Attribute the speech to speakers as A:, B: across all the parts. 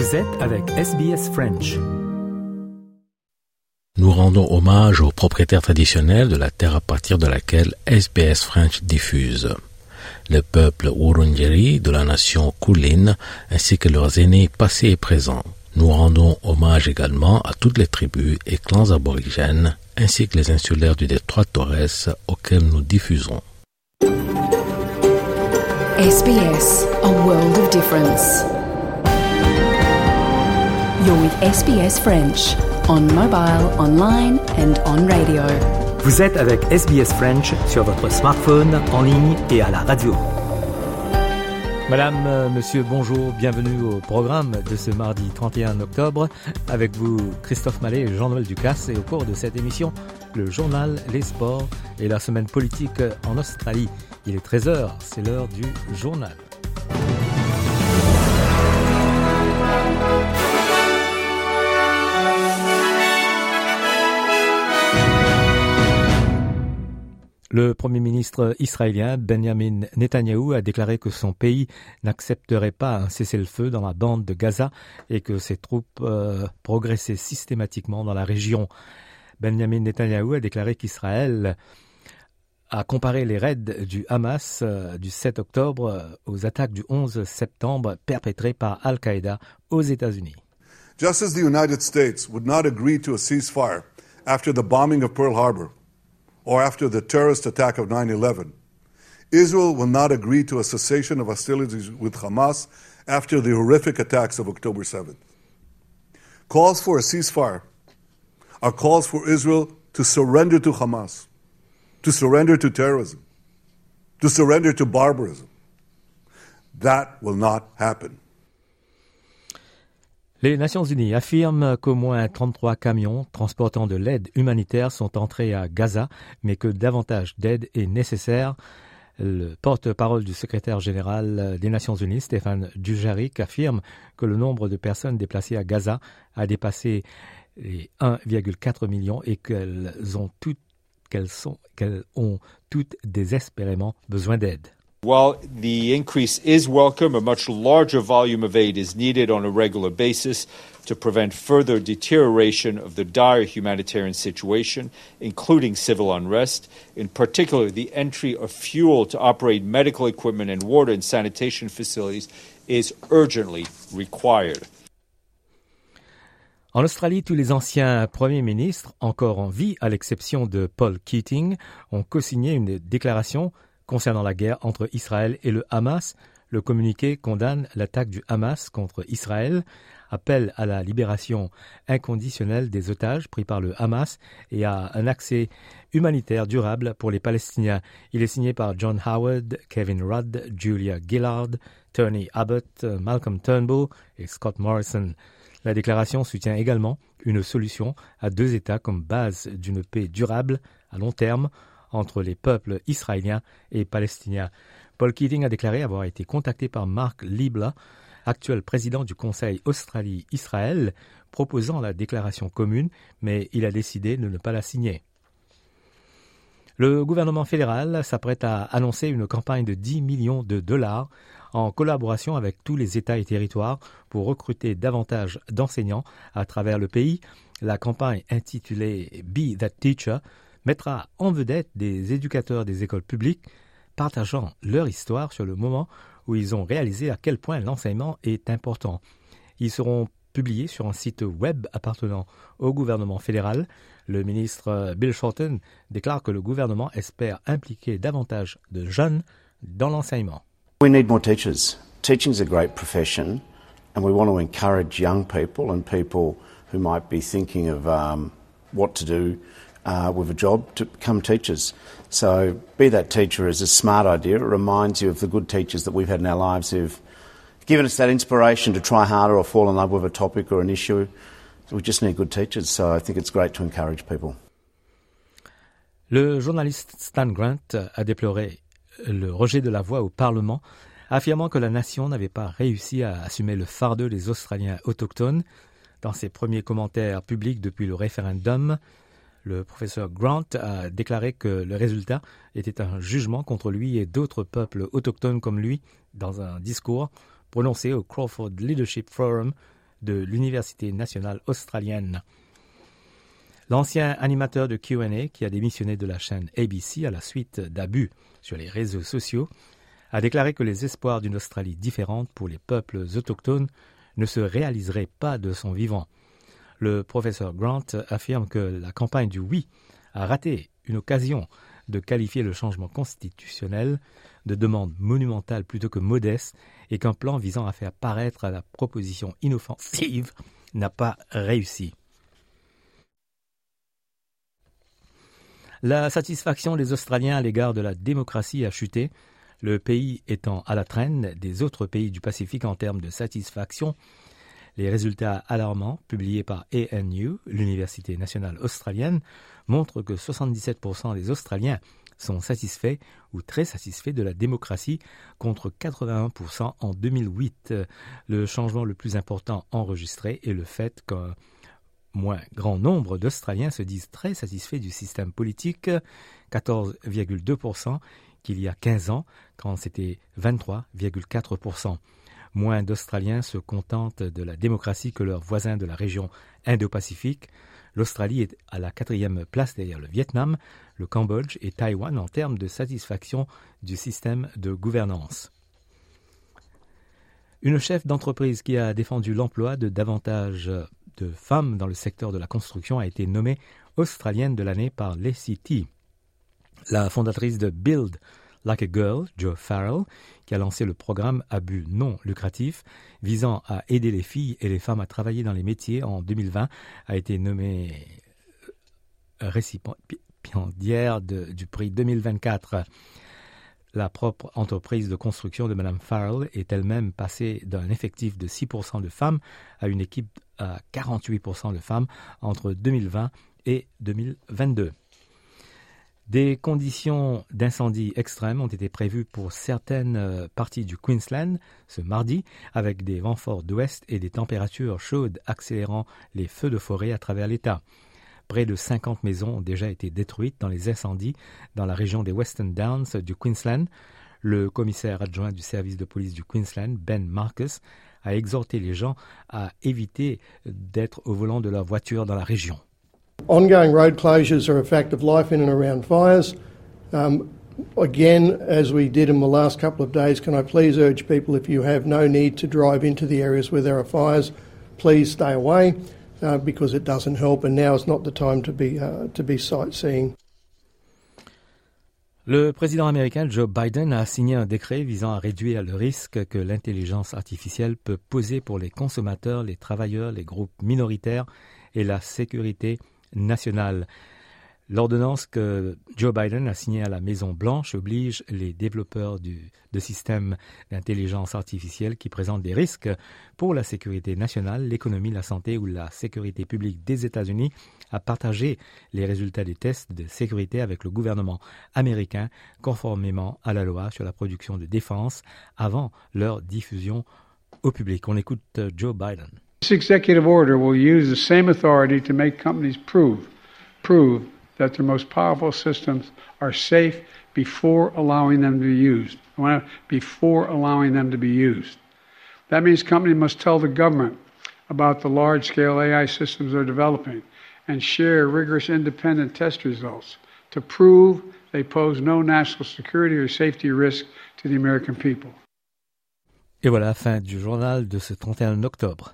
A: Vous êtes avec SBS French.
B: Nous rendons hommage aux propriétaires traditionnels de la terre à partir de laquelle SBS French diffuse. Le peuple Wurundjeri de la nation Kulin ainsi que leurs aînés passés et présents. Nous rendons hommage également à toutes les tribus et clans aborigènes ainsi que les insulaires du détroit Torres auxquels nous diffusons.
C: SBS, a world of difference. You're with SBS French, on mobile, online and on radio.
A: Vous êtes avec SBS French sur votre smartphone, en ligne et à la radio. Madame, monsieur, bonjour, bienvenue au programme de ce mardi 31 octobre. Avec vous, Christophe Mallet et Jean-Noël Ducasse. Et au cours de cette émission, le journal, les sports et la semaine politique en Australie. Il est 13h, c'est l'heure du journal. Le Premier ministre israélien Benjamin Netanyahou a déclaré que son pays n'accepterait pas un cessez-le-feu dans la bande de Gaza et que ses troupes progressaient systématiquement dans la région. Benjamin Netanyahou a déclaré qu'Israël a comparé les raids du Hamas du 7 octobre aux attaques du 11 septembre perpétrées par Al-Qaïda aux États-Unis.
D: Just as the United States would not agree to a ceasefire after the bombing of Pearl Harbor or after the terrorist attack of 9/11, Israel will not agree to a cessation of hostilities with Hamas after the horrific attacks of October 7th. Calls for a ceasefire are calls for Israel to surrender to Hamas, to surrender to terrorism, to surrender to barbarism. That will not happen.
A: Les Nations Unies affirment qu'au moins 33 camions transportant de l'aide humanitaire sont entrés à Gaza, mais que davantage d'aide est nécessaire. Le porte-parole du secrétaire général des Nations Unies, Stéphane Dujarric, affirme que le nombre de personnes déplacées à Gaza a dépassé les 1,4 million et qu'elles ont toutes désespérément besoin d'aide.
E: While the increase is welcome, a much larger volume of aid is needed on a regular basis to prevent further deterioration of the dire humanitarian situation, including civil unrest. In particular, the entry of fuel to operate medical equipment and water and sanitation facilities is urgently required.
A: En Australie, tous les anciens premiers ministres, encore en vie, à l'exception de Paul Keating, ont co-signé une déclaration concernant la guerre entre Israël et le Hamas. Le communiqué condamne l'attaque du Hamas contre Israël, appelle à la libération inconditionnelle des otages pris par le Hamas et à un accès humanitaire durable pour les Palestiniens. Il est signé par John Howard, Kevin Rudd, Julia Gillard, Tony Abbott, Malcolm Turnbull et Scott Morrison. La déclaration soutient également une solution à deux États comme base d'une paix durable à long terme entre les peuples israéliens et palestiniens. Paul Keating a déclaré avoir été contacté par Mark Libla, actuel président du Conseil Australie-Israël, proposant la déclaration commune, mais il a décidé de ne pas la signer. Le gouvernement fédéral s'apprête à annoncer une campagne de 10 millions de dollars en collaboration avec tous les États et territoires pour recruter davantage d'enseignants à travers le pays. La campagne intitulée Be That Teacher mettra en vedette des éducateurs des écoles publiques partageant leur histoire sur le moment où ils ont réalisé à quel point l'enseignement est important. Ils seront publiés sur un site web appartenant au gouvernement fédéral. Le ministre Bill Shorten déclare que le gouvernement espère impliquer davantage de jeunes dans l'enseignement.
F: We need more teachers. Teaching is a great profession and we want to encourage young people and people who might be thinking of what to do with a job to become teachers. So Be That Teacher is a smart idea. It reminds you of the good teachers that we've had in our lives who've given us that inspiration to try harder or fall in love with a topic or an issue. So we just need good teachers. So I think it's great to encourage people.
A: Le journaliste Stan Grant a déploré le rejet de la voix au Parlement, affirmant que la nation n'avait pas réussi à assumer le fardeau des Australiens autochtones. Dans ses premiers commentaires publics depuis le référendum, le professeur Grant a déclaré que le résultat était un jugement contre lui et d'autres peuples autochtones comme lui dans un discours prononcé au Crawford Leadership Forum de l'Université nationale australienne. L'ancien animateur de Q&A, qui a démissionné de la chaîne ABC à la suite d'abus sur les réseaux sociaux, a déclaré que les espoirs d'une Australie différente pour les peuples autochtones ne se réaliseraient pas de son vivant. Le professeur Grant affirme que la campagne du oui a raté une occasion de qualifier le changement constitutionnel de demande monumentale plutôt que modeste et qu'un plan visant à faire paraître la proposition inoffensive n'a pas réussi. La satisfaction des Australiens à l'égard de la démocratie a chuté, le pays étant à la traîne des autres pays du Pacifique en termes de satisfaction. Les résultats alarmants publiés par ANU, l'Université nationale australienne, montrent que 77% des Australiens sont satisfaits ou très satisfaits de la démocratie contre 81% en 2008. Le changement le plus important enregistré est le fait qu'un moins grand nombre d'Australiens se disent très satisfaits du système politique, 14,2% qu'il y a 15 ans, quand c'était 23,4%. Moins d'Australiens se contentent de la démocratie que leurs voisins de la région Indo-Pacifique. L'Australie est à la 4e place derrière le Vietnam, le Cambodge et Taïwan en termes de satisfaction du système de gouvernance. Une chef d'entreprise qui a défendu l'emploi de davantage de femmes dans le secteur de la construction a été nommée Australienne de l'année par l'ACT. La fondatrice de Build Like a Girl, Jo Farrell, qui a lancé le programme à but non lucratif visant à aider les filles et les femmes à travailler dans les métiers en 2020, a été nommée récipiendaire du prix 2024. La propre entreprise de construction de Mme Farrell est elle-même passée d'un effectif de 6% de femmes à une équipe à 48% de femmes entre 2020 et 2022. Des conditions d'incendie extrêmes ont été prévues pour certaines parties du Queensland ce mardi, avec des vents forts d'ouest et des températures chaudes accélérant les feux de forêt à travers l'État. Près de 50 maisons ont déjà été détruites dans les incendies dans la région des Western Downs du Queensland. Le commissaire adjoint du service de police du Queensland, Ben Marcus, a exhorté les gens à éviter d'être au volant de leur voiture dans la région.
G: Ongoing road closures are a fact of life in and around fires. Again, as we did in the last couple of days, can I please urge people, if you have no need to drive into the areas where there are fires, please stay away because it doesn't help, and now is not the time to be sightseeing.
A: Le président américain Joe Biden a signé un décret visant à réduire le risque que l'intelligence artificielle peut poser pour les consommateurs, les travailleurs, les groupes minoritaires et la sécurité nationale. L'ordonnance que Joe Biden a signée à la Maison-Blanche oblige les développeurs de systèmes d'intelligence artificielle qui présentent des risques pour la sécurité nationale, l'économie, la santé ou la sécurité publique des États-Unis à partager les résultats des tests de sécurité avec le gouvernement américain conformément à la loi sur la production de défense avant leur diffusion au public. On écoute Joe Biden.
H: This executive order will use the same authority to make companies prove that their most powerful systems are safe before allowing them to be used. That means companies must tell the government about the large-scale AI systems they're developing and share rigorous independent test results to prove they pose no national security or safety risk to the American people.
A: Et voilà, fin du journal de ce 31 octobre.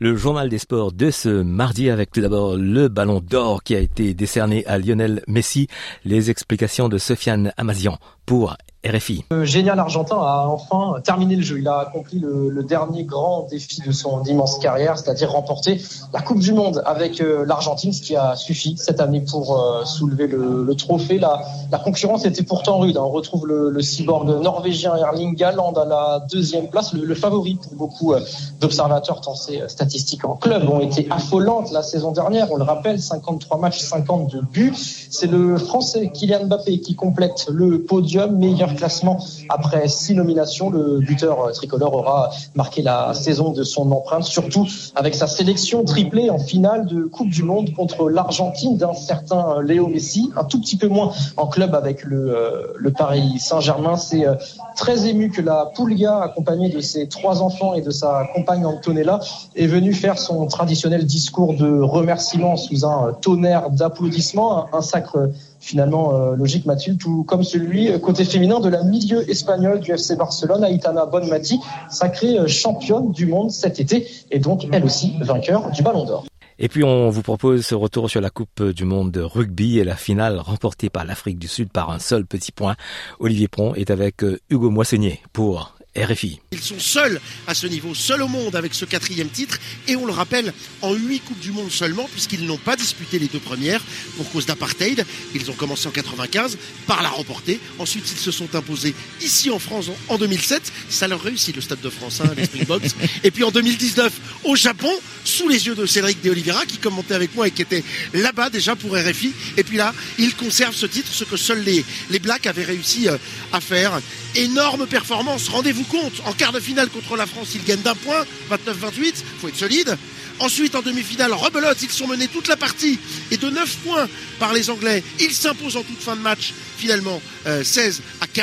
A: Le journal des sports de ce mardi avec tout d'abord le ballon d'or qui a été décerné à Lionel Messi. Les explications de Sofiane Amazian pour RFI.
I: Le génial argentin a enfin terminé le jeu. Il a accompli le dernier grand défi de son immense carrière, c'est-à-dire remporter la Coupe du Monde avec l'Argentine, ce qui a suffi cette année pour soulever le trophée. La concurrence était pourtant rude. On retrouve le cyborg norvégien Erling Haaland à la deuxième place, le favori pour beaucoup d'observateurs, tant ses statistiques en club ont été affolantes la saison dernière. On le rappelle, 53 matchs, 52 buts. C'est le Français Kylian Mbappé qui complète le podium, meilleur classement après 6 nominations. Le buteur tricolore aura marqué la saison de son empreinte, surtout avec sa sélection triplée en finale de Coupe du Monde contre l'Argentine d'un certain Léo Messi, un tout petit peu moins en club avec le Paris Saint-Germain. C'est très ému que la Pulga, accompagnée de ses 3 enfants et de sa compagne Antonella, est venue faire son traditionnel discours de remerciement sous un tonnerre d'applaudissements, un sacre finalement logique, Mathilde, tout comme celui côté féminin de la milieu espagnole du FC Barcelone, Aitana Bonmati, sacrée championne du monde cet été et donc elle aussi vainqueur du Ballon d'Or.
A: Et puis on vous propose ce retour sur la Coupe du Monde de rugby et la finale remportée par l'Afrique du Sud par un seul petit point. Olivier Pron est avec Hugo Moissonnier pour RFI.
J: Ils sont seuls à ce niveau, seuls au monde avec ce 4e titre et on le rappelle en 8 Coupes du Monde seulement puisqu'ils n'ont pas disputé les 2 premières pour cause d'apartheid. Ils ont commencé en 95 par la remporter. Ensuite ils se sont imposés ici en France en 2007. Ça leur réussit le Stade de France, les Springboks. Et puis en 2019 au Japon sous les yeux de Cédric de Oliveira qui commentait avec moi et qui était là-bas déjà pour RFI. Et puis là ils conservent ce titre, ce que seuls les Blacks avaient réussi à faire. Énorme performance, rendez-vous compte, en quart de finale contre la France, ils gagnent d'1 point, 29-28, faut être solide. Ensuite, en demi-finale, rebelote, ils sont menés toute la partie et de 9 points par les Anglais. Ils s'imposent en toute fin de match, finalement, 16-15.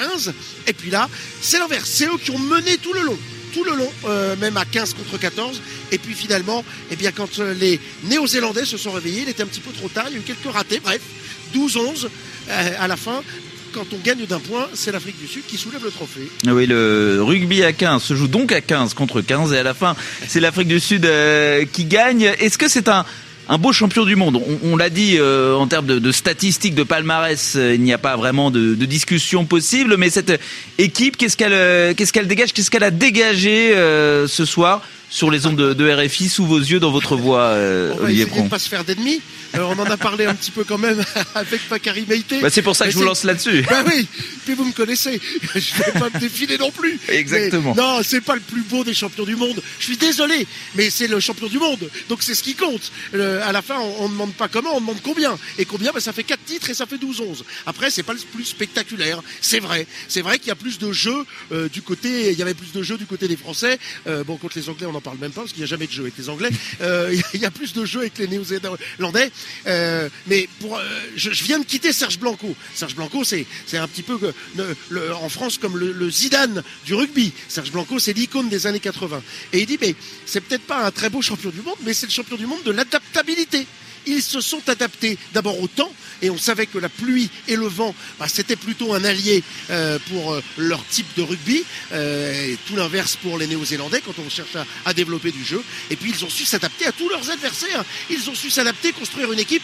J: Et puis là, c'est l'inverse, c'est eux qui ont mené tout le long, même à 15 contre 14. Et puis finalement, eh bien, quand les Néo-Zélandais se sont réveillés, il était un petit peu trop tard, il y a eu quelques ratés, bref, 12-11 à la fin. Quand on gagne d'1 point, c'est l'Afrique du Sud qui soulève le trophée.
K: Oui, le rugby à 15 se joue donc à 15 contre 15 et à la fin, c'est l'Afrique du Sud qui gagne. Est-ce que c'est un beau champion du monde? On l'a dit, en termes de statistiques, de palmarès, il n'y a pas vraiment de discussion possible, mais cette équipe, qu'est-ce qu'elle dégage? Qu'est-ce qu'elle a dégagé ce soir sur les ondes de RFI, sous vos yeux, dans votre voix, Olivier Pron?
J: On va essayer de pas se faire d'ennemis. On en a parlé un petit peu quand même avec Bakary Meïté.
K: C'est pour ça que je vous lance là-dessus.
J: Oui, puis vous me connaissez. Je vais pas me défiler non plus.
K: Exactement.
J: Mais non, c'est pas le plus beau des champions du monde. Je suis désolé, mais c'est le champion du monde. Donc c'est ce qui compte. À la fin, on ne demande pas comment, on demande combien. Et combien, ça fait 4 titres et ça fait 12-11. Après, c'est pas le plus spectaculaire. C'est vrai. C'est vrai qu'il y a plus de jeux du côté. Il y avait plus de jeux du côté des Français. Contre les Anglais, on n'en parle même pas parce qu'il n'y a jamais de jeu avec les Anglais. Il y a plus de jeux avec les Néo-Zélandais. Mais je viens de quitter Serge Blanco. Serge Blanco, c'est un petit peu en France comme le Zidane du rugby. Serge Blanco, c'est l'icône des années 80. Et il dit, mais c'est peut-être pas un très beau champion du monde, mais c'est le champion du monde de l'adaptabilité. Ils se sont adaptés d'abord au temps et on savait que la pluie et le vent, c'était plutôt un allié pour leur type de rugby. Et tout l'inverse pour les Néo-Zélandais quand on cherche à développer du jeu. Et puis ils ont su s'adapter à tous leurs adversaires. Ils ont su s'adapter, construire une équipe.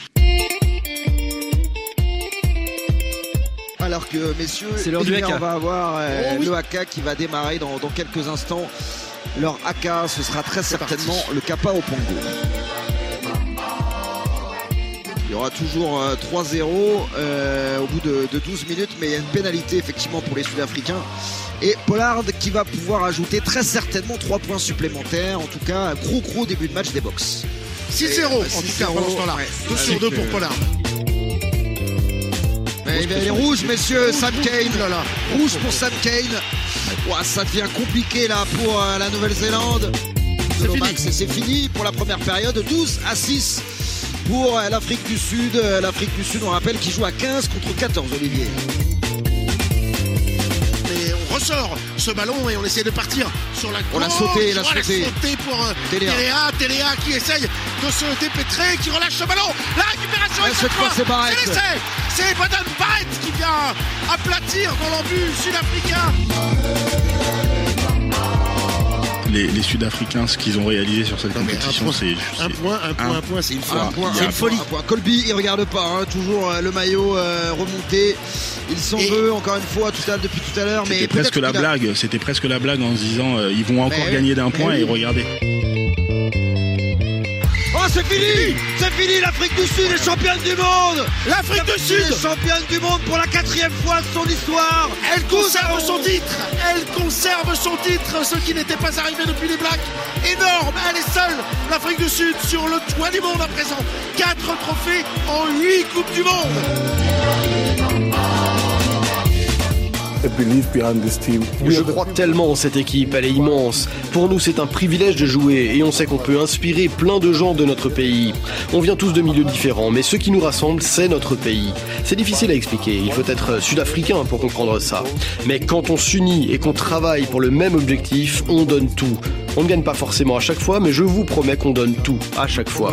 L: Alors que messieurs,
M: c'est l'heure du haka.
L: On va avoir le haka qui va démarrer dans quelques instants. Leur haka, ce sera très certainement le Kappa au Pongo. Il y aura toujours 3-0 au bout de 12 minutes, mais il y a une pénalité effectivement pour les Sud-Africains. Et Pollard qui va pouvoir ajouter très certainement 3 points supplémentaires. En tout cas, un gros début de match des Box.
J: 6-0 en tout cas pendant ce temps-là. 2 sur 2 pour Pollard.
L: Les rouges, messieurs, Sam Cane. Rouge pour Sam Cane. Ça devient compliqué là pour la Nouvelle-Zélande. C'est fini pour la première période. 12-6 pour l'Afrique du Sud. L'Afrique du Sud, on rappelle, qui joue à 15 contre 14, Olivier.
J: Mais on ressort ce ballon et on essaie de partir sur la gauche.
L: On l'a sauté,
J: pour Téléa qui essaye de se dépêtrer, qui relâche ce ballon. La récupération est cette fois, c'est l'essai. C'est Baden Barrett qui vient aplatir dans l'embut sud-africain.
M: les Sud-Africains, ce qu'ils ont réalisé sur cette compétition, c'est
J: un point, c'est une folie.
L: C'est une folie. Colby, il regarde pas, toujours le maillot remonté. Il s'en veut encore une fois depuis tout à l'heure.
M: C'était presque la blague. C'était presque la blague en se disant ils vont encore gagner d'un point et regardez.
L: Oh, c'est fini, l'Afrique du Sud est championne du monde.
J: L'Afrique du Sud
L: est championne du monde pour la 4e fois de son histoire.
J: Elle conserve son titre, ce qui n'était pas arrivé depuis les Blacks. Énorme, elle est seule, l'Afrique du Sud, sur le toit du monde à présent. 4 trophées en 8 Coupes du Monde.
N: Je crois tellement en cette équipe, elle est immense. Pour nous, c'est un privilège de jouer et on sait qu'on peut inspirer plein de gens de notre pays. On vient tous de milieux différents, mais ce qui nous rassemble, c'est notre pays. C'est difficile à expliquer, il faut être sud-africain pour comprendre ça. Mais quand on s'unit et qu'on travaille pour le même objectif, on donne tout. On ne gagne pas forcément à chaque fois, mais je vous promets qu'on donne tout à chaque fois.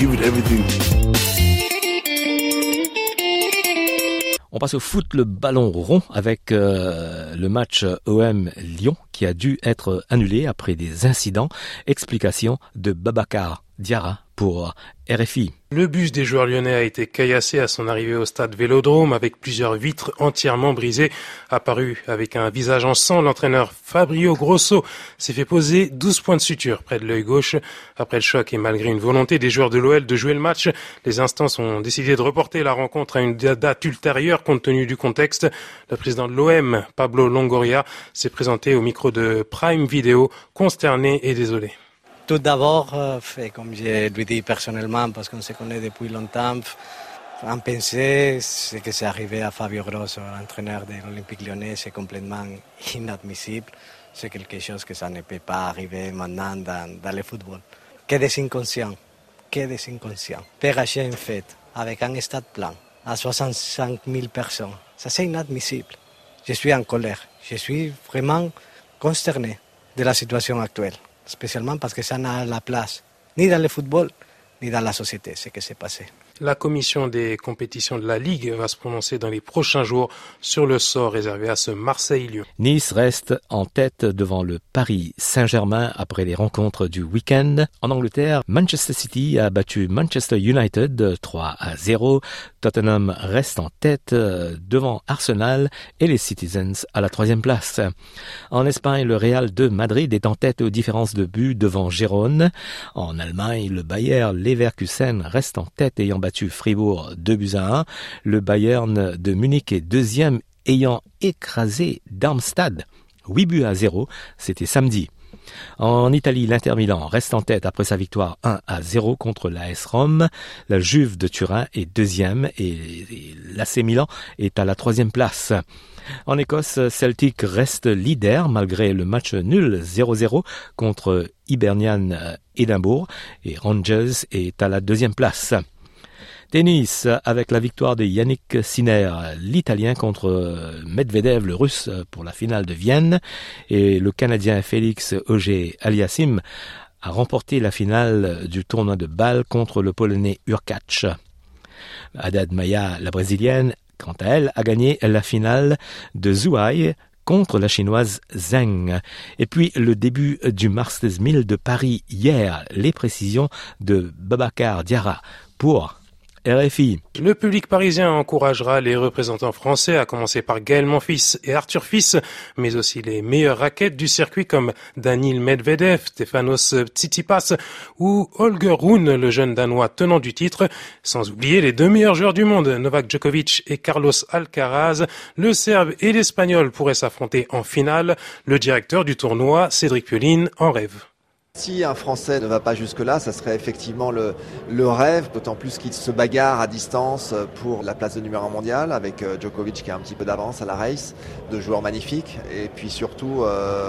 A: On passe au foot, le ballon rond avec le match OM Lyon qui a dû être annulé après des incidents. Explication de Babacar Diarra pour RFI.
O: Le bus des joueurs lyonnais a été caillassé à son arrivée au stade Vélodrome avec plusieurs vitres entièrement brisées. Apparu avec un visage en sang, l'entraîneur Fabio Grosso s'est fait poser 12 points de suture près de l'œil gauche. Après le choc et malgré une volonté des joueurs de l'OL de jouer le match, les instances ont décidé de reporter la rencontre à une date ultérieure compte tenu du contexte. Le président de l'OM, Pablo Longoria, s'est présenté au micro de Prime Video, consterné et désolé.
P: Tout d'abord, comme je lui dis personnellement, parce qu'on se connaît depuis longtemps, on pensait ce qui s'est arrivé à Fabio Grosso, l'entraîneur de l'Olympique Lyonnais, c'est complètement inadmissible. C'est quelque chose que ça ne peut pas arriver maintenant dans le football. Que des inconscients. PSG en fait, avec un stade plein, à 65 000 personnes. Ça, c'est inadmissible. Je suis en colère. Je suis vraiment consterné de la situation actuelle. Spécialement parce que ça n'a la place ni dans le football ni dans la société, ce qui s'est passé.
O: La commission des compétitions de la Ligue va se prononcer dans les prochains jours sur le sort réservé à ce Marseille-Lyon.
A: Nice reste en tête devant le Paris Saint-Germain après les rencontres du week-end. En Angleterre, Manchester City a battu Manchester United 3-0. Tottenham reste en tête devant Arsenal et les Citizens à la 3e place. En Espagne, le Real de Madrid est en tête aux différences de buts devant Gérone. En Allemagne, le Bayer Leverkusen reste en tête ayant battu Fribourg 2-1. Le Bayern de Munich est 2e ayant écrasé Darmstadt 8-0. C'était samedi. En Italie, l'Inter Milan reste en tête après sa victoire 1-0 contre l'AS Rome. La Juve de Turin est 2e et l'AC Milan est à la 3e place. En Écosse, Celtic reste leader malgré le match nul 0-0 contre Hibernian Édimbourg et Rangers est à la 2e place. Tennis, avec la victoire de Yannick Sinner, l'Italien contre Medvedev, le Russe, pour la finale de Vienne, et le Canadien Félix Auger-Aliassime a remporté la finale du tournoi de Bâle contre le Polonais Hurkacz. Haddad Maia, la Brésilienne, quant à elle, a gagné la finale de Zhuhai contre la chinoise Zheng. Et puis le début du Masters 1000 de Paris hier, les précisions de Babacar Diarra pour RFI.
O: Le public parisien encouragera les représentants français, à commencer par Gaël Monfils et Arthur Fils, mais aussi les meilleures raquettes du circuit comme Daniil Medvedev, Stefanos Tsitsipas ou Holger Rune, le jeune Danois tenant du titre, sans oublier les 2 meilleurs joueurs du monde, Novak Djokovic et Carlos Alcaraz. Le Serbe et l'Espagnol pourraient s'affronter en finale. Le directeur du tournoi, Cédric Pioline, en rêve.
Q: Si un Français ne va pas jusque-là, ça serait effectivement le rêve, d'autant plus qu'il se bagarre à distance pour la place de numéro 1 mondial avec Djokovic qui a un petit peu d'avance à la race, 2 joueurs magnifiques et puis surtout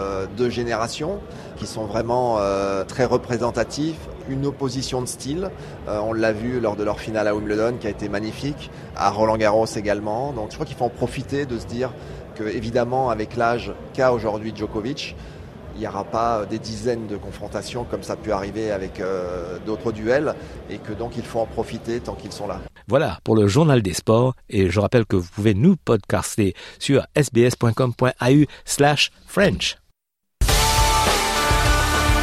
Q: 2 générations qui sont vraiment très représentatives, une opposition de style, on l'a vu lors de leur finale à Wimbledon qui a été magnifique, à Roland-Garros également, donc je crois qu'il faut en profiter de se dire que évidemment avec l'âge qu'a aujourd'hui Djokovic, il n'y aura pas des dizaines de confrontations comme ça a pu arriver avec d'autres duels et que donc il faut en profiter tant qu'ils sont là.
A: Voilà pour le journal des sports et je rappelle que vous pouvez nous podcaster sur sbs.com.au/French.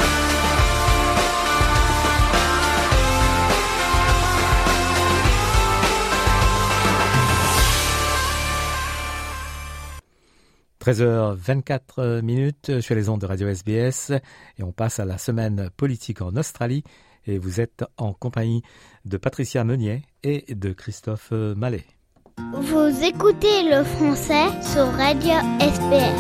A: 13h24 sur les ondes de Radio SBS et on passe à la semaine politique en Australie et vous êtes en compagnie de Patricia Meunier et de Christophe Mallet.
R: Vous écoutez le français sur Radio SBS.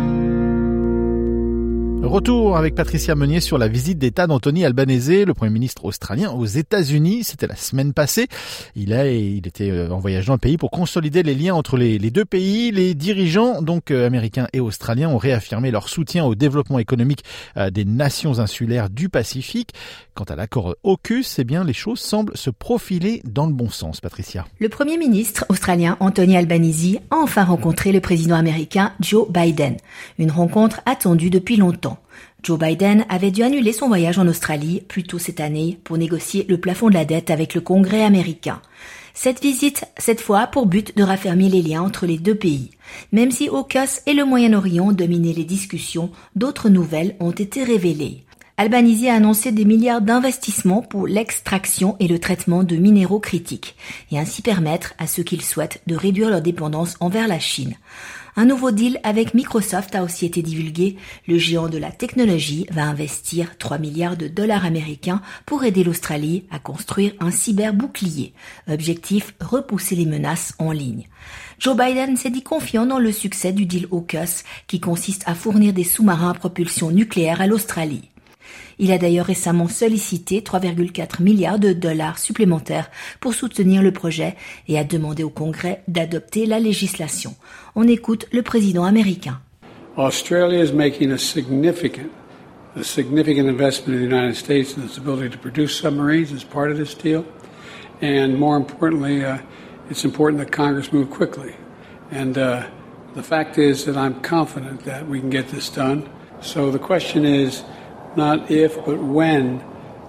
S: Retour avec Patricia Meunier sur la visite d'État d'Anthony Albanese, le Premier ministre australien, aux États-Unis. C'était la semaine passée. Il était en voyage dans le pays pour consolider les liens entre les deux pays. Les dirigeants, donc américains et australiens, ont réaffirmé leur soutien au développement économique des nations insulaires du Pacifique. Quant à l'accord AUKUS, eh bien, les choses semblent se profiler dans le bon sens, Patricia.
T: Le Premier ministre australien Anthony Albanese a enfin rencontré le président américain Joe Biden. Une rencontre attendue depuis longtemps. Joe Biden avait dû annuler son voyage en Australie plus tôt cette année pour négocier le plafond de la dette avec le Congrès américain. Cette visite, cette fois, a pour but de raffermir les liens entre les deux pays. Même si AUKUS et le Moyen-Orient dominaient les discussions, d'autres nouvelles ont été révélées. Albanese a annoncé des milliards d'investissements pour l'extraction et le traitement de minéraux critiques, et ainsi permettre à ceux qu'ils souhaitent de réduire leur dépendance envers la Chine. Un nouveau deal avec Microsoft a aussi été divulgué. Le géant de la technologie va investir 3 milliards de dollars américains pour aider l'Australie à construire un cyberbouclier. Objectif, repousser les menaces en ligne. Joe Biden s'est dit confiant dans le succès du deal AUKUS, qui consiste à fournir des sous-marins à propulsion nucléaire à l'Australie. Il a d'ailleurs récemment sollicité 3,4 milliards de dollars supplémentaires pour soutenir le projet et a demandé au Congrès d'adopter la législation. On écoute le président américain.
H: Australia is making a significant investment in the United States in its ability to produce submarines as part of this deal. And more importantly, it's important that Congress move quickly. And the fact is that I'm confident that we can get this done. So the question is, not if, but when.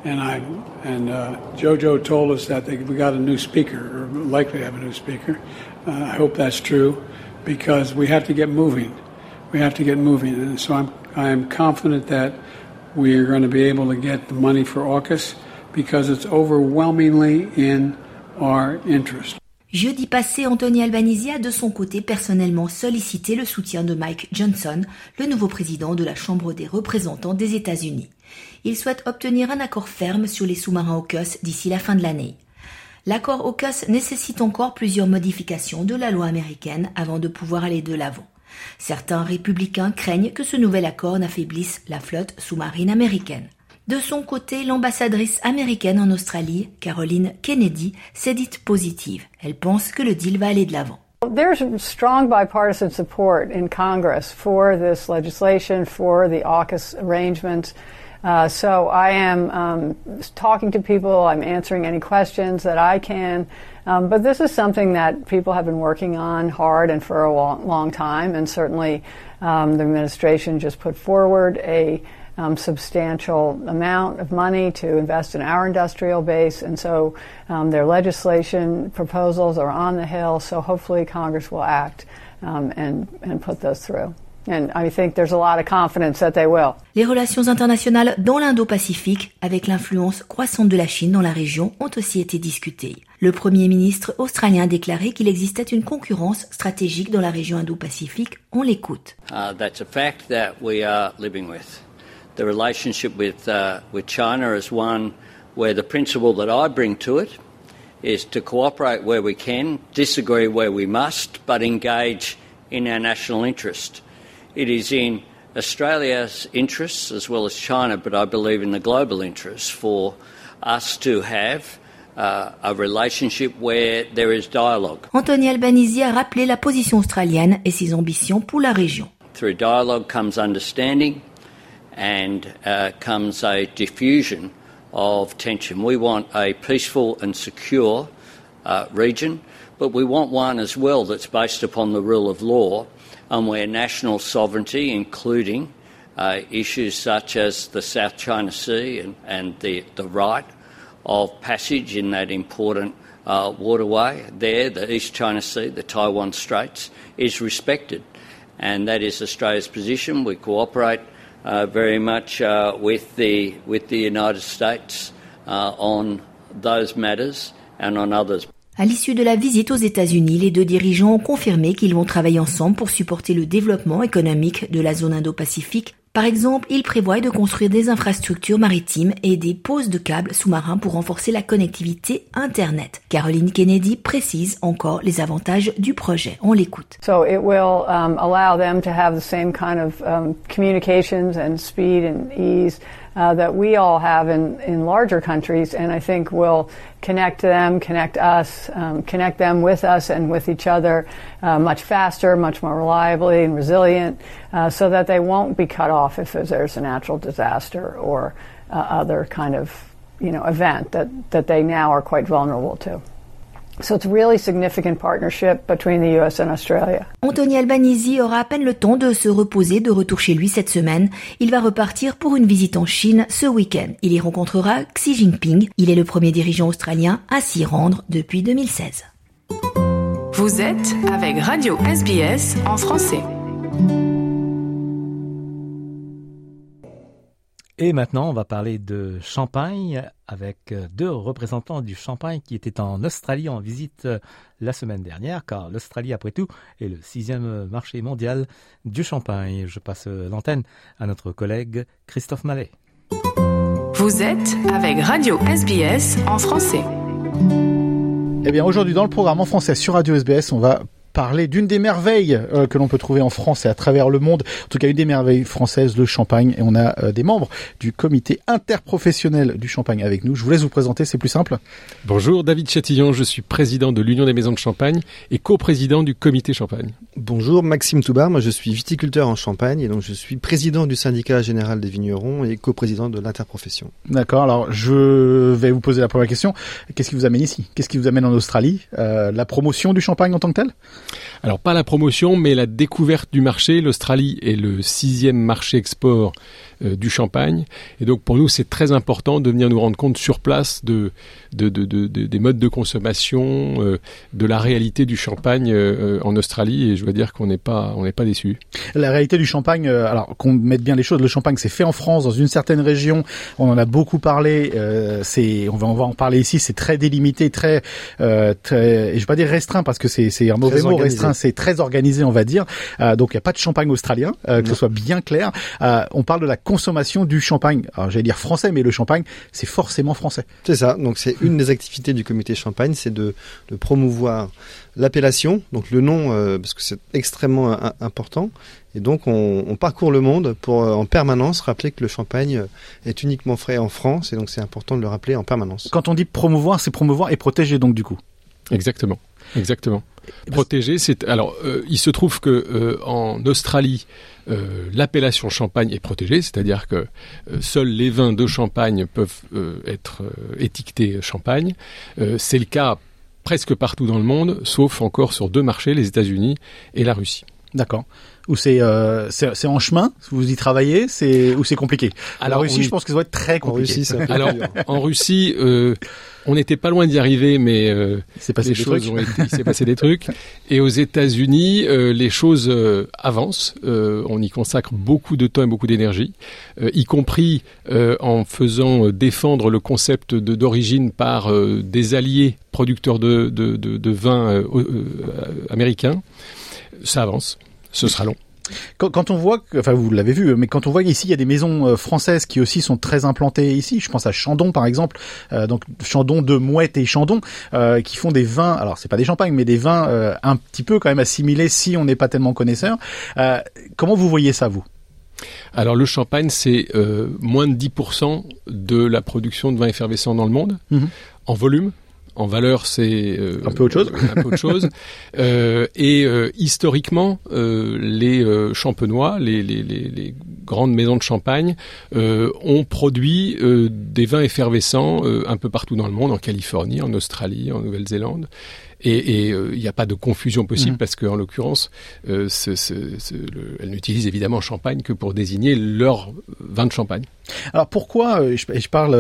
H: And Jojo told us that we got a new speaker, or likely to have a new speaker. I hope that's true, because we have to get moving. And so I'm confident that we are going to be able to get the money for AUKUS, because it's overwhelmingly in our interest.
T: Jeudi passé, Anthony Albanese a de son côté personnellement sollicité le soutien de Mike Johnson, le nouveau président de la Chambre des représentants des États-Unis. Il souhaite obtenir un accord ferme sur les sous-marins AUKUS d'ici la fin de l'année. L'accord AUKUS nécessite encore plusieurs modifications de la loi américaine avant de pouvoir aller de l'avant. Certains républicains craignent que ce nouvel accord n'affaiblisse la flotte sous-marine américaine. De son côté, l'ambassadrice américaine en Australie, Caroline Kennedy, s'est dite positive. Elle pense que le deal va aller de l'avant.
U: There's strong bipartisan support in Congress for this legislation, for the AUKUS arrangement. So I am talking to people, I'm answering any questions that I can. But this is something that people have been working on hard and for a long time. And certainly the administration just put forward a substantial amount of money to invest in our industrial base, and so their legislation proposals are on the Hill, so hopefully Congress will act and put those through. And I think there's a lot of confidence that they will.
T: Les relations internationales dans l'Indo-Pacifique, avec l'influence croissante de la Chine dans la région, ont aussi été discutées. Le Premier ministre australien a déclaré qu'il existait une concurrence stratégique dans la région Indo-Pacifique. On l'écoute.
V: That's a fact that we are living with. The relationship with China is one where the principle that I bring to it is to cooperate where we can, disagree where we must, but engage in our national interest. It is in Australia's interests as well as China, but I believe in the global interest for us to have a relationship where there is dialogue.
T: Anthony Albanese a rappelé la position australienne et ses ambitions pour la région.
V: Through dialogue comes understanding and comes a diffusion of tension. We want a peaceful and secure region, but we want one as well that's based upon the rule of law and where national sovereignty, including issues such as the South China Sea and the right of passage in that important waterway there, the East China Sea, the Taiwan Straits, is respected. And that is Australia's position. We cooperate very much with the United States on those matters and on others.
T: À l'issue de la visite aux États-Unis, les deux dirigeants ont confirmé qu'ils vont travailler ensemble pour supporter le développement économique de la zone Indo-Pacifique. Par exemple, ils prévoient de construire des infrastructures maritimes et des poses de câbles sous-marins pour renforcer la connectivité Internet. Caroline Kennedy précise encore les avantages du projet. On l'écoute.
U: So it will allow them to have the same kind of communications and speed and ease that we all have in larger countries, and I think will connect them, connect us, connect them with us and with each other much faster, much more reliably and resilient, so that they won't be cut off if there's a natural disaster or other kind of, event that they now are quite vulnerable to. So it's a really significant partnership between the US and Australia.
T: Anthony Albanese aura à peine le temps de se reposer de retour chez lui cette semaine. Il va repartir pour une visite en Chine ce week-end. Il y rencontrera Xi Jinping. Il est le premier dirigeant australien à s'y rendre depuis 2016.
B: Vous êtes avec Radio SBS en français.
A: Et maintenant, on va parler de Champagne avec deux représentants du Champagne qui étaient en Australie en visite la semaine dernière, car l'Australie, après tout, est le 6e marché mondial du Champagne. Je passe l'antenne à notre collègue Christophe Mallet.
B: Vous êtes avec Radio SBS en français.
S: Eh bien, aujourd'hui, dans le programme en français sur Radio SBS, on va parler d'une des merveilles que l'on peut trouver en France et à travers le monde. En tout cas, une des merveilles françaises, le Champagne. Et on a des membres du comité interprofessionnel du Champagne avec nous. Je vous laisse vous présenter, c'est plus simple.
C: Bonjour, David Chatillon. Je suis président de l'Union des maisons de Champagne et coprésident du comité Champagne.
W: Bonjour, Maxime Toubar. Moi, je suis viticulteur en Champagne et donc je suis président du syndicat général des vignerons et coprésident de l'interprofession.
S: D'accord. Alors, je vais vous poser la première question. Qu'est-ce qui vous amène ici ? Qu'est-ce qui vous amène en Australie ? La promotion du Champagne en tant que tel ?
C: Alors, pas la promotion, mais la découverte du marché. L'Australie est le 6e marché export du Champagne. Et donc, pour nous, c'est très important de venir nous rendre compte sur place des modes de consommation, de la réalité du Champagne en Australie. Et je dois dire qu'on n'est pas déçus.
S: La réalité du Champagne, alors qu'on mette bien les choses, le Champagne, c'est fait en France, dans une certaine région. On en a beaucoup parlé. On va en parler ici. C'est très délimité, très, et je vais pas dire restreint parce que c'est un mauvais mot. Restreint, c'est très organisé, on va dire. Donc, il n'y a pas de Champagne australien, que ce soit bien clair. On parle de la consommation du Champagne. Alors, j'allais dire français, mais le Champagne, c'est forcément français.
W: C'est ça. Donc, c'est une des activités du comité Champagne, c'est de promouvoir l'appellation, donc le nom, parce que c'est extrêmement important. Et donc, on parcourt le monde pour en permanence rappeler que le Champagne est uniquement frais en France. Et donc, c'est important de le rappeler en permanence.
S: Quand on dit promouvoir, c'est promouvoir et protéger, donc, du coup.
C: Exactement. Protéger, il se trouve que en Australie, l'appellation Champagne est protégée, c'est-à-dire que seuls les vins de Champagne peuvent être étiquetés Champagne. C'est le cas presque partout dans le monde, sauf encore sur 2 marchés, les États-Unis et la Russie.
S: D'accord. Ou c'est en chemin, vous y travaillez, ou c'est compliqué. Alors, en Russie, je pense que ça doit être très compliqué.
C: En Russie, on n'était pas loin d'y arriver, mais il s'est passé des trucs. Et aux États-Unis, les choses avancent. On y consacre beaucoup de temps et beaucoup d'énergie, y compris en faisant défendre le concept d'origine par des alliés producteurs de vins américains. Ça avance. Ce sera long.
S: Quand on voit, enfin vous l'avez vu, mais quand on voit qu'ici il y a des maisons françaises qui aussi sont très implantées ici, je pense à Chandon par exemple, donc Chandon de Mouette et Chandon, qui font des vins, alors c'est pas des champagnes, mais des vins un petit peu quand même assimilés si on n'est pas tellement connaisseur. Comment vous voyez ça, vous ?
C: Alors le Champagne, c'est moins de 10% de la production de vins effervescents dans le monde, en volume. En valeur, c'est
S: un peu autre chose.
C: Et historiquement, les champenois, les grandes maisons de champagne, ont produit des vins effervescents un peu partout dans le monde, en Californie, en Australie, en Nouvelle-Zélande. Et il n'y a pas de confusion possible parce qu'en l'occurrence, elles n'utilisent évidemment Champagne que pour désigner leur vin de Champagne.
S: Alors pourquoi, je parle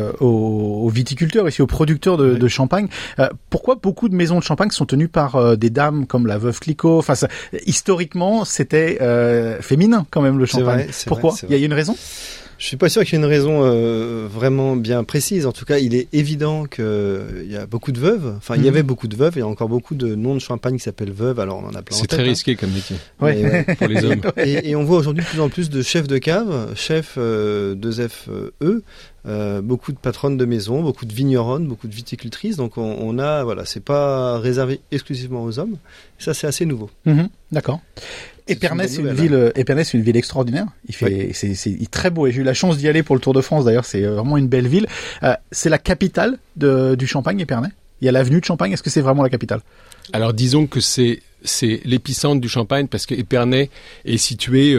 S: aux viticulteurs ici, aux producteurs de Champagne, pourquoi beaucoup de maisons de Champagne sont tenues par des dames comme la veuve Clicquot ? Enfin, historiquement, c'était féminin quand même le Champagne. Pourquoi ? Il y a une raison ?
W: Je suis pas sûr qu'il y ait une raison vraiment bien précise. En tout cas, il est évident qu'il y a beaucoup de veuves. Enfin, il y avait beaucoup de veuves. Il y a encore beaucoup de noms de champagne qui s'appellent veuves. Alors, on en a plein en tête.
C: C'est très risqué comme métier.
W: Ouais.
C: Pour les hommes.
W: Et on voit aujourd'hui de plus en plus de chefs de cave, chefs 2FE, beaucoup de patronnes de maison, beaucoup de vigneronnes, beaucoup de viticultrices. Donc, on a, voilà, c'est pas réservé exclusivement aux hommes. Ça, c'est assez nouveau.
S: D'accord. Épernay, c'est une ville extraordinaire. C'est très beau et j'ai eu la chance d'y aller pour le Tour de France. D'ailleurs, c'est vraiment une belle ville. C'est la capitale du Champagne, Épernay. Il y a l'avenue de Champagne. Est-ce que c'est vraiment la capitale?
C: Alors, disons que c'est l'épicentre du Champagne parce que Épernay est situé,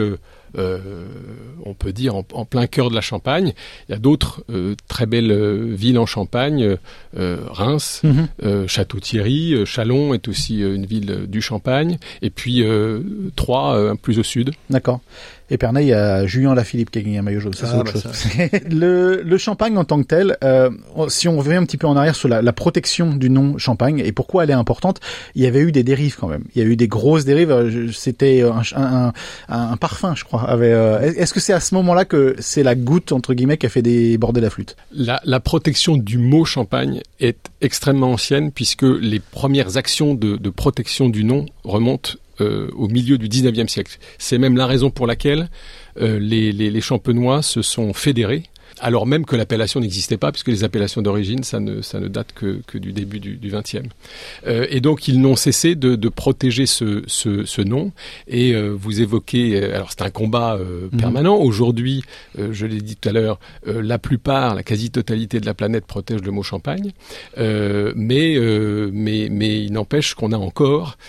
C: on peut dire, en plein cœur de la Champagne. Il y a d'autres très belles villes en Champagne, Reims, Château-Thierry, Châlons est aussi une ville du Champagne, et puis Troyes, plus au sud.
S: D'accord. Épernay, il y a Julien Lafilippe qui a gagné un maillot jaune. Ça, c'est autre chose. Le Champagne en tant que tel, si on revient un petit peu en arrière sur la protection du nom Champagne et pourquoi elle est importante, il y avait eu des dérives quand même. Il y a eu des grosses dérives. C'était un parfum, je crois. Est-ce que c'est à ce moment-là que c'est la goutte, entre guillemets, qui a fait déborder la flûte?
C: La protection du mot Champagne est extrêmement ancienne puisque les premières actions de protection du nom remontent au milieu du 19e siècle. C'est même la raison pour laquelle les Champenois se sont fédérés, alors même que l'appellation n'existait pas, puisque les appellations d'origine, ça ne date que du début du 20e. Et donc, ils n'ont cessé de protéger ce nom. Et vous évoquez... alors, c'est un combat permanent. Aujourd'hui, je l'ai dit tout à l'heure, la quasi-totalité de la planète protège le mot Champagne. Mais il n'empêche qu'on a encore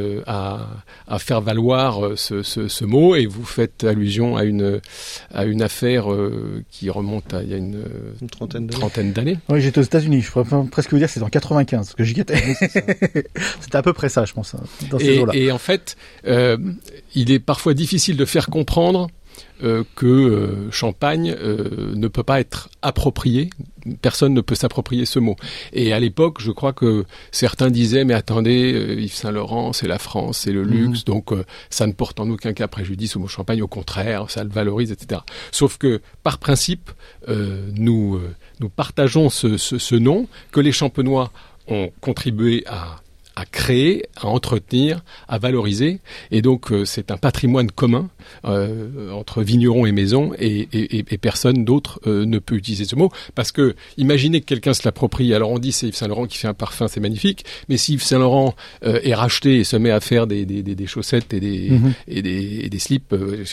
C: à faire valoir ce mot. Et vous faites allusion à une affaire qui remonte à il y a une trentaine d'années.
S: Oui, j'étais aux États-Unis. Je pourrais presque vous dire c'est en 95 que j'y étais. C'était à peu près ça, je pense, dans ces eaux-là.
C: Et en fait, il est parfois difficile de faire comprendre que Champagne ne peut pas être approprié. Personne ne peut s'approprier ce mot. Et à l'époque, je crois que certains disaient, mais attendez, Yves Saint-Laurent, c'est la France, c'est le luxe, donc ça ne porte en aucun cas préjudice au mot Champagne, au contraire, ça le valorise, etc. Sauf que, par principe, nous partageons ce nom que les Champenois ont contribué à créer, à entretenir, à valoriser. Et donc, c'est un patrimoine commun entre vignerons et maisons et personne d'autre ne peut utiliser ce mot. Parce que, imaginez que quelqu'un se l'approprie. Alors, on dit c'est Yves Saint-Laurent qui fait un parfum, c'est magnifique. Mais si Yves Saint-Laurent est racheté et se met à faire des chaussettes et des slips,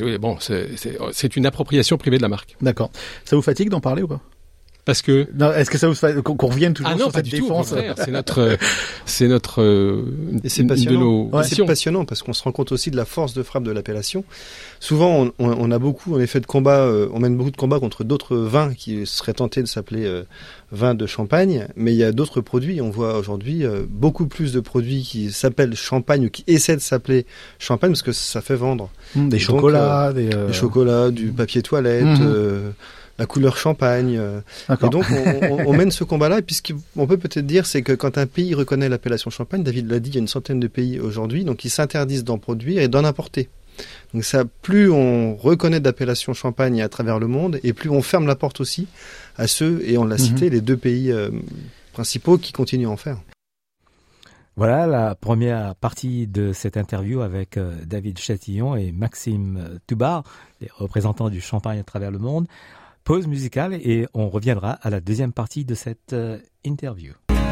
C: c'est une appropriation privée de la marque.
S: D'accord. Ça vous fatigue d'en parler ou pas?
C: Parce que
S: non, est-ce que ça vous fait qu'on revienne toujours sur cette défense?
C: C'est notre
W: et c'est passionnant. C'est passionnant parce qu'on se rend compte aussi de la force de frappe de l'appellation. Souvent, on a beaucoup en effet de combats, on mène beaucoup de combats contre d'autres vins qui seraient tentés de s'appeler vin de Champagne, mais il y a d'autres produits. On voit aujourd'hui beaucoup plus de produits qui s'appellent Champagne ou qui essaient de s'appeler Champagne parce que ça fait vendre.
S: Des chocolats,
W: des chocolats, du papier toilette. La couleur champagne. Et donc, on mène ce combat-là. Et puis, ce qu'on peut peut-être dire, c'est que quand un pays reconnaît l'appellation Champagne, David l'a dit, il y a une centaine de pays aujourd'hui, donc ils s'interdisent d'en produire et d'en importer. Donc ça, plus on reconnaît d'appellation Champagne à travers le monde, et plus on ferme la porte aussi à ceux, et on l'a cité, les deux pays principaux qui continuent à en faire.
A: Voilà la première partie de cette interview avec David Chatillon et Maxime Toubar, les représentants du Champagne à travers le monde. Pause musicale et on reviendra à la deuxième partie de cette interview.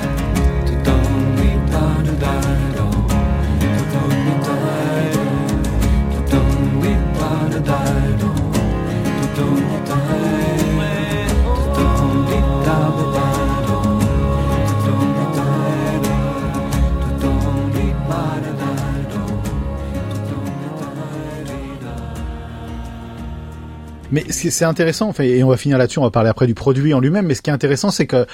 S: Mais c'est intéressant, enfin, et on va finir là-dessus, on va parler après du produit en lui-même, mais ce qui est intéressant, c'est que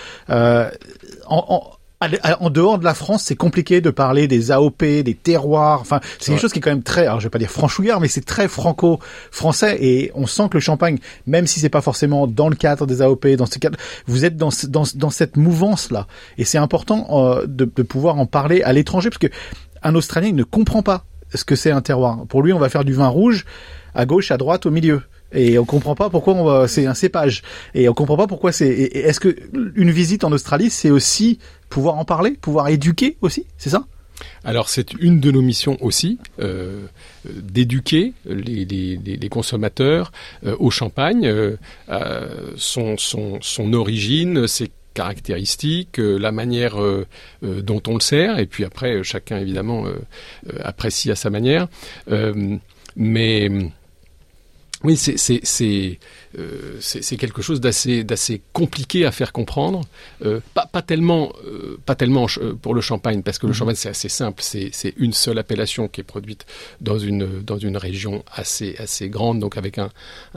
S: en dehors de la France, c'est compliqué de parler des AOP, des terroirs, enfin, c'est quelque chose qui est quand même très, alors je vais pas dire franchouillard, mais c'est très franco-français, et on sent que le Champagne, même si c'est pas forcément dans le cadre des AOP, dans ce cadre, vous êtes dans cette mouvance-là. Et c'est important de pouvoir en parler à l'étranger, parce que un Australien, il ne comprend pas ce que c'est un terroir. Pour lui, on va faire du vin rouge, à gauche, à droite, au milieu. Et on comprend pas pourquoi c'est un cépage. Et on comprend pas pourquoi est-ce que une visite en Australie, c'est aussi pouvoir en parler, pouvoir éduquer aussi, c'est ça?
C: Alors c'est une de nos missions aussi, d'éduquer les consommateurs au champagne, son origine, ses caractéristiques, la manière dont on le sert, et puis après chacun évidemment apprécie à sa manière. Mais oui, c'est quelque chose d'assez compliqué à faire comprendre. Pas tellement pour le champagne, parce que le champagne c'est assez simple. C'est une seule appellation qui est produite dans une région assez grande, donc avec un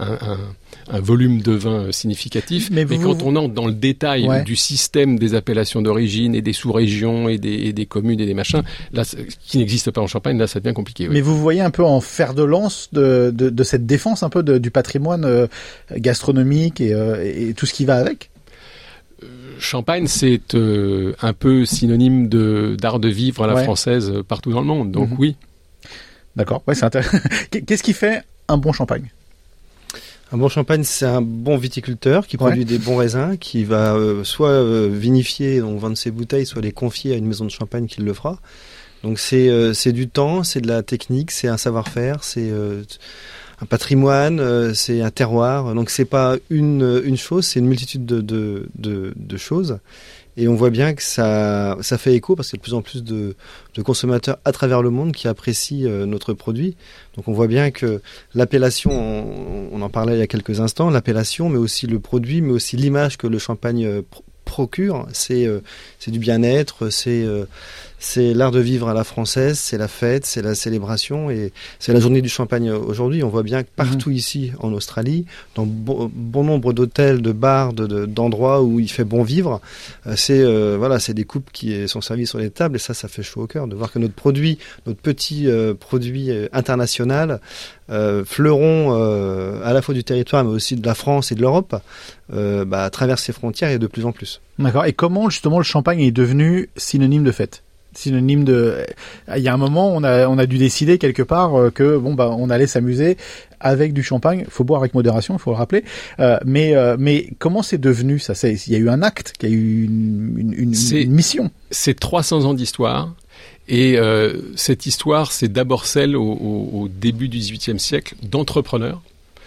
C: volume de vin significatif. Mais quand on entre dans le détail du système des appellations d'origine et des sous-régions et des communes et des machins, là, qui n'existe pas en Champagne, là ça devient compliqué. Oui.
S: Mais vous voyez un peu en fer de lance de cette défense un peu du patrimoine gastronomique et tout ce qui va avec.
C: Champagne, c'est un peu synonyme d'art de vivre à la française partout dans le monde. Donc oui.
S: D'accord. Ouais, c'est intéressant. Qu'est-ce qui fait un bon champagne?
W: Un bon champagne, c'est un bon viticulteur qui produit des bons raisins, qui va soit vinifier, donc vendre ses bouteilles, soit les confier à une maison de champagne qui le fera. Donc c'est du temps, c'est de la technique, c'est un savoir-faire, c'est un patrimoine, c'est un terroir. Donc c'est pas une chose, c'est une multitude de choses. Et on voit bien que ça fait écho parce qu'il y a de plus en plus de consommateurs à travers le monde qui apprécient notre produit. Donc on voit bien que l'appellation, on en parlait il y a quelques instants, l'appellation, mais aussi le produit, mais aussi l'image que le champagne procure, c'est du bien-être, c'est l'art de vivre à la française, c'est la fête, c'est la célébration et c'est la journée du champagne aujourd'hui. On voit bien que partout ici en Australie, dans bon nombre d'hôtels, de bars, d'endroits où il fait bon vivre, c'est des coupes qui sont servies sur les tables et ça fait chaud au cœur de voir que notre petit produit international, fleuron à la fois du territoire mais aussi de la France et de l'Europe, traverse ses frontières et de plus en plus.
S: D'accord. Et comment justement le champagne est devenu synonyme de fête? Synonyme de. Il y a un moment, on a dû décider quelque part que on allait s'amuser avec du champagne. Faut boire avec modération, il faut le rappeler. Mais comment c'est devenu ça? Il y a eu un acte, il y a eu une mission.
C: C'est 300 ans d'histoire. Et cette histoire, c'est d'abord celle au début du XVIIIe siècle d'entrepreneurs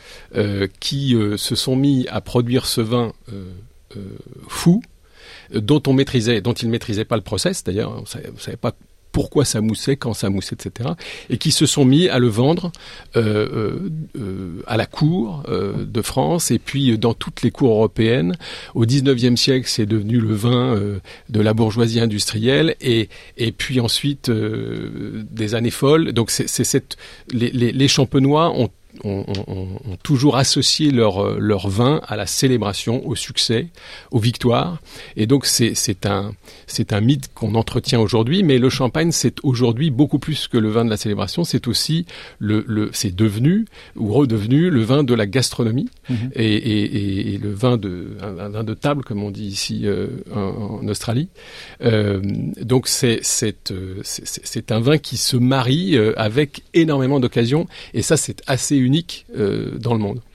C: qui se sont mis à produire ce vin fou, dont ils maîtrisaient pas le process, d'ailleurs, on savait pas pourquoi ça moussait, quand ça moussait, etc. Et qui se sont mis à le vendre à la cour de France et puis dans toutes les cours européennes. Au XIXe siècle, c'est devenu le vin de la bourgeoisie industrielle et puis ensuite des années folles. Donc les Champenois ont toujours associé leur vin à la célébration, au succès, aux victoires. Et donc c'est un mythe qu'on entretient aujourd'hui, mais le champagne c'est aujourd'hui beaucoup plus que le vin de la célébration, c'est aussi c'est devenu ou redevenu le vin de la gastronomie et le vin un vin de table comme on dit ici en Australie. Donc c'est un vin qui se marie avec énormément d'occasions et ça c'est assez unique dans le monde.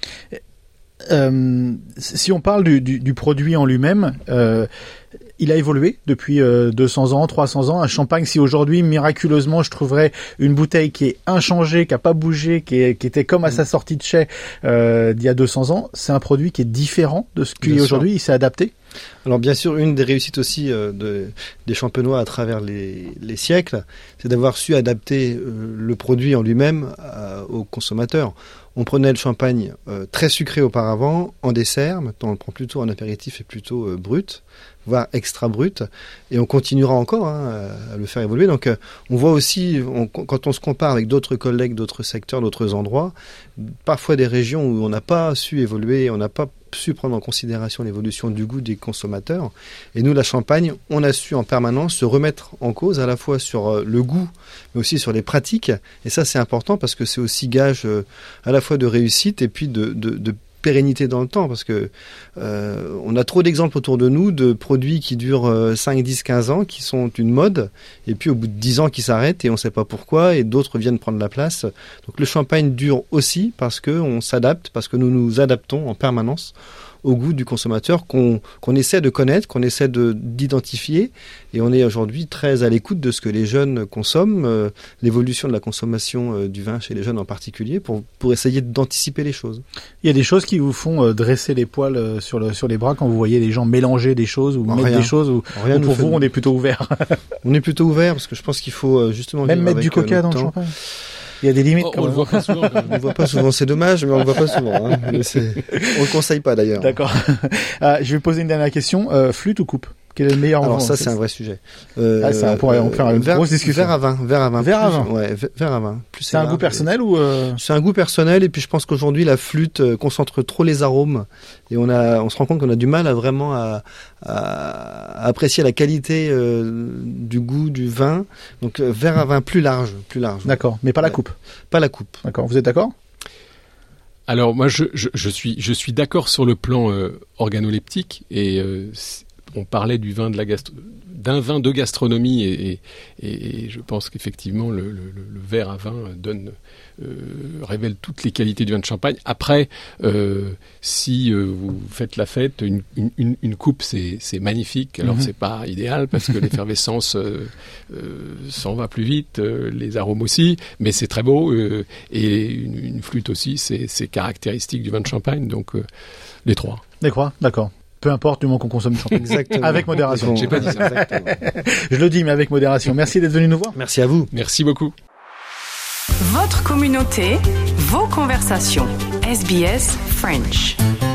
S: Si on parle du produit en lui-même, il a évolué depuis 200 ans, 300 ans. Un champagne, si aujourd'hui, miraculeusement, je trouverais une bouteille qui est inchangée, qui n'a pas bougé, qui était comme à sa sortie de chai d'il y a 200 ans, c'est un produit qui est différent de ce qu'il est aujourd'hui, il s'est adapté?
W: Alors bien sûr, une des réussites aussi des Champenois à travers les siècles, c'est d'avoir su adapter le produit en lui-même aux consommateurs. On prenait le champagne très sucré auparavant, en dessert, maintenant on le prend plutôt en apéritif et plutôt brut, voire extra brut, et on continuera encore à le faire évoluer. Donc on voit aussi, quand on se compare avec d'autres collègues, d'autres secteurs, d'autres endroits, parfois des régions où on n'a pas su évoluer, on n'a pas su prendre en considération l'évolution du goût des consommateurs. Et nous, la Champagne, on a su en permanence se remettre en cause à la fois sur le goût, mais aussi sur les pratiques. Et ça, c'est important parce que c'est aussi gage à la fois de réussite et puis de pérennité dans le temps, parce que on a trop d'exemples autour de nous de produits qui durent 5, 10, 15 ans, qui sont une mode, et puis au bout de 10 ans qui s'arrêtent et on ne sait pas pourquoi, et d'autres viennent prendre la place. Donc le champagne dure aussi parce qu'on s'adapte, parce que nous nous adaptons en permanence au goût du consommateur qu'on essaie de connaître, qu'on essaie d'identifier, et on est aujourd'hui très à l'écoute de ce que les jeunes consomment, l'évolution de la consommation du vin chez les jeunes en particulier, pour essayer d'anticiper les choses.
S: Il y a des choses qui vous font dresser les poils sur les bras quand vous voyez les gens mélanger des choses ou mettre des choses, ou pour vous on est plutôt ouvert? On est plutôt ouvert parce que je pense qu'il faut justement même mettre du coca dans le champagne. Il y a des limites. On le voit pas souvent. On le voit pas souvent, c'est dommage, mais on le voit pas souvent. Hein. On le conseille pas d'ailleurs. D'accord. Je vais poser une dernière question. Flûte ou coupe? Quel est le meilleur? Alors ça, c'est un vrai sujet. On pourrait faire une grosse discussion. Verre à vin. Verre à vin. Ouais, verre à vin. C'est un goût personnel ou C'est un goût personnel, et puis je pense qu'aujourd'hui la flûte concentre trop les arômes, et on se rend compte qu'on a du mal à vraiment à apprécier la qualité du goût du vin. Donc verre à vin plus large. D'accord, mais pas la coupe. Pas la coupe. D'accord. Vous êtes d'accord?
C: Alors moi, je suis d'accord sur le plan organoleptique, et on parlait du vin d'un vin de gastronomie, et je pense qu'effectivement le verre à vin révèle toutes les qualités du vin de champagne. Après, si vous faites la fête, une coupe c'est magnifique. Alors c'est pas idéal parce que l'effervescence s'en va plus vite, les arômes aussi, mais c'est très beau, et une flûte aussi, c'est caractéristique du vin de champagne. Donc les trois. D'accord. Peu importe du moment qu'on consomme du champagne. Exactement. Avec modération. J'ai pas dit ça. Exactement. Je le dis, mais avec modération. Merci d'être venu nous voir. Merci à vous. Merci beaucoup.
B: Votre communauté, vos conversations. SBS French.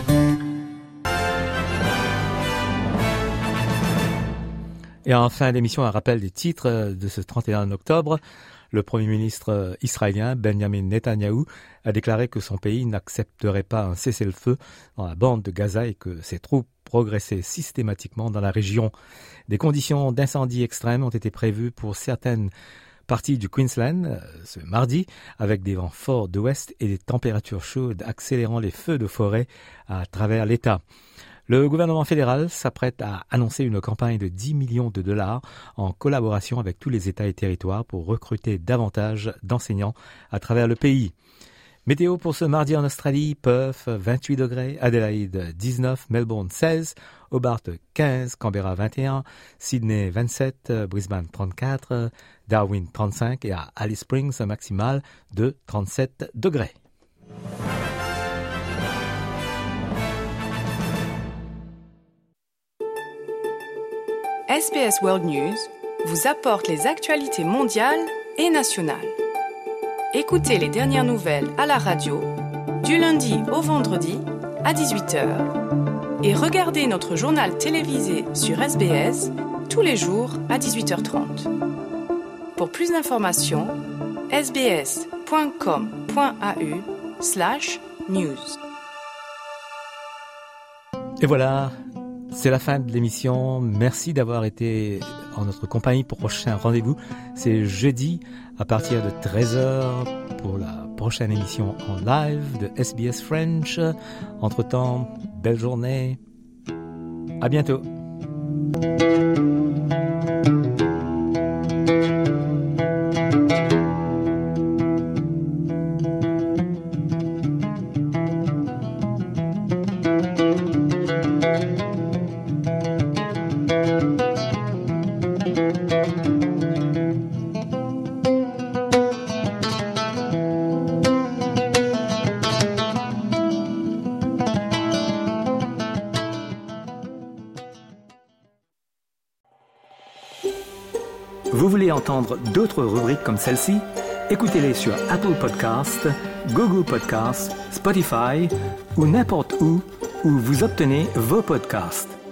A: Et en fin d'émission, un rappel des titres de ce 31 octobre. Le Premier ministre israélien Benjamin Netanyahou a déclaré que son pays n'accepterait pas un cessez-le-feu dans la bande de Gaza et que ses troupes progressaient systématiquement dans la région. Des conditions d'incendie extrêmes ont été prévues pour certaines parties du Queensland ce mardi, avec des vents forts d'ouest et des températures chaudes accélérant les feux de forêt à travers l'État. Le gouvernement fédéral s'apprête à annoncer une campagne de 10 millions de dollars en collaboration avec tous les États et territoires pour recruter davantage d'enseignants à travers le pays. Météo pour ce mardi en Australie: Perth 28 degrés, Adélaïde 19, Melbourne 16, Hobart 15, Canberra 21, Sydney 27, Brisbane 34, Darwin 35 et à Alice Springs un maximal de 37 degrés.
B: SBS World News vous apporte les actualités mondiales et nationales. Écoutez les dernières nouvelles à la radio, du lundi au vendredi à 18h. Et regardez notre journal télévisé sur SBS tous les jours à 18h30. Pour plus d'informations, sbs.com.au/news.
A: Et voilà, c'est la fin de l'émission. Merci d'avoir été en notre compagnie. Pour prochain rendez-vous, c'est jeudi à partir de 13h pour la prochaine émission en live de SBS French. Entre-temps, belle journée. À bientôt.
D: Vous voulez entendre d'autres rubriques comme celle-ci? Écoutez-les sur Apple Podcasts, Google Podcasts, Spotify ou n'importe où vous obtenez vos podcasts.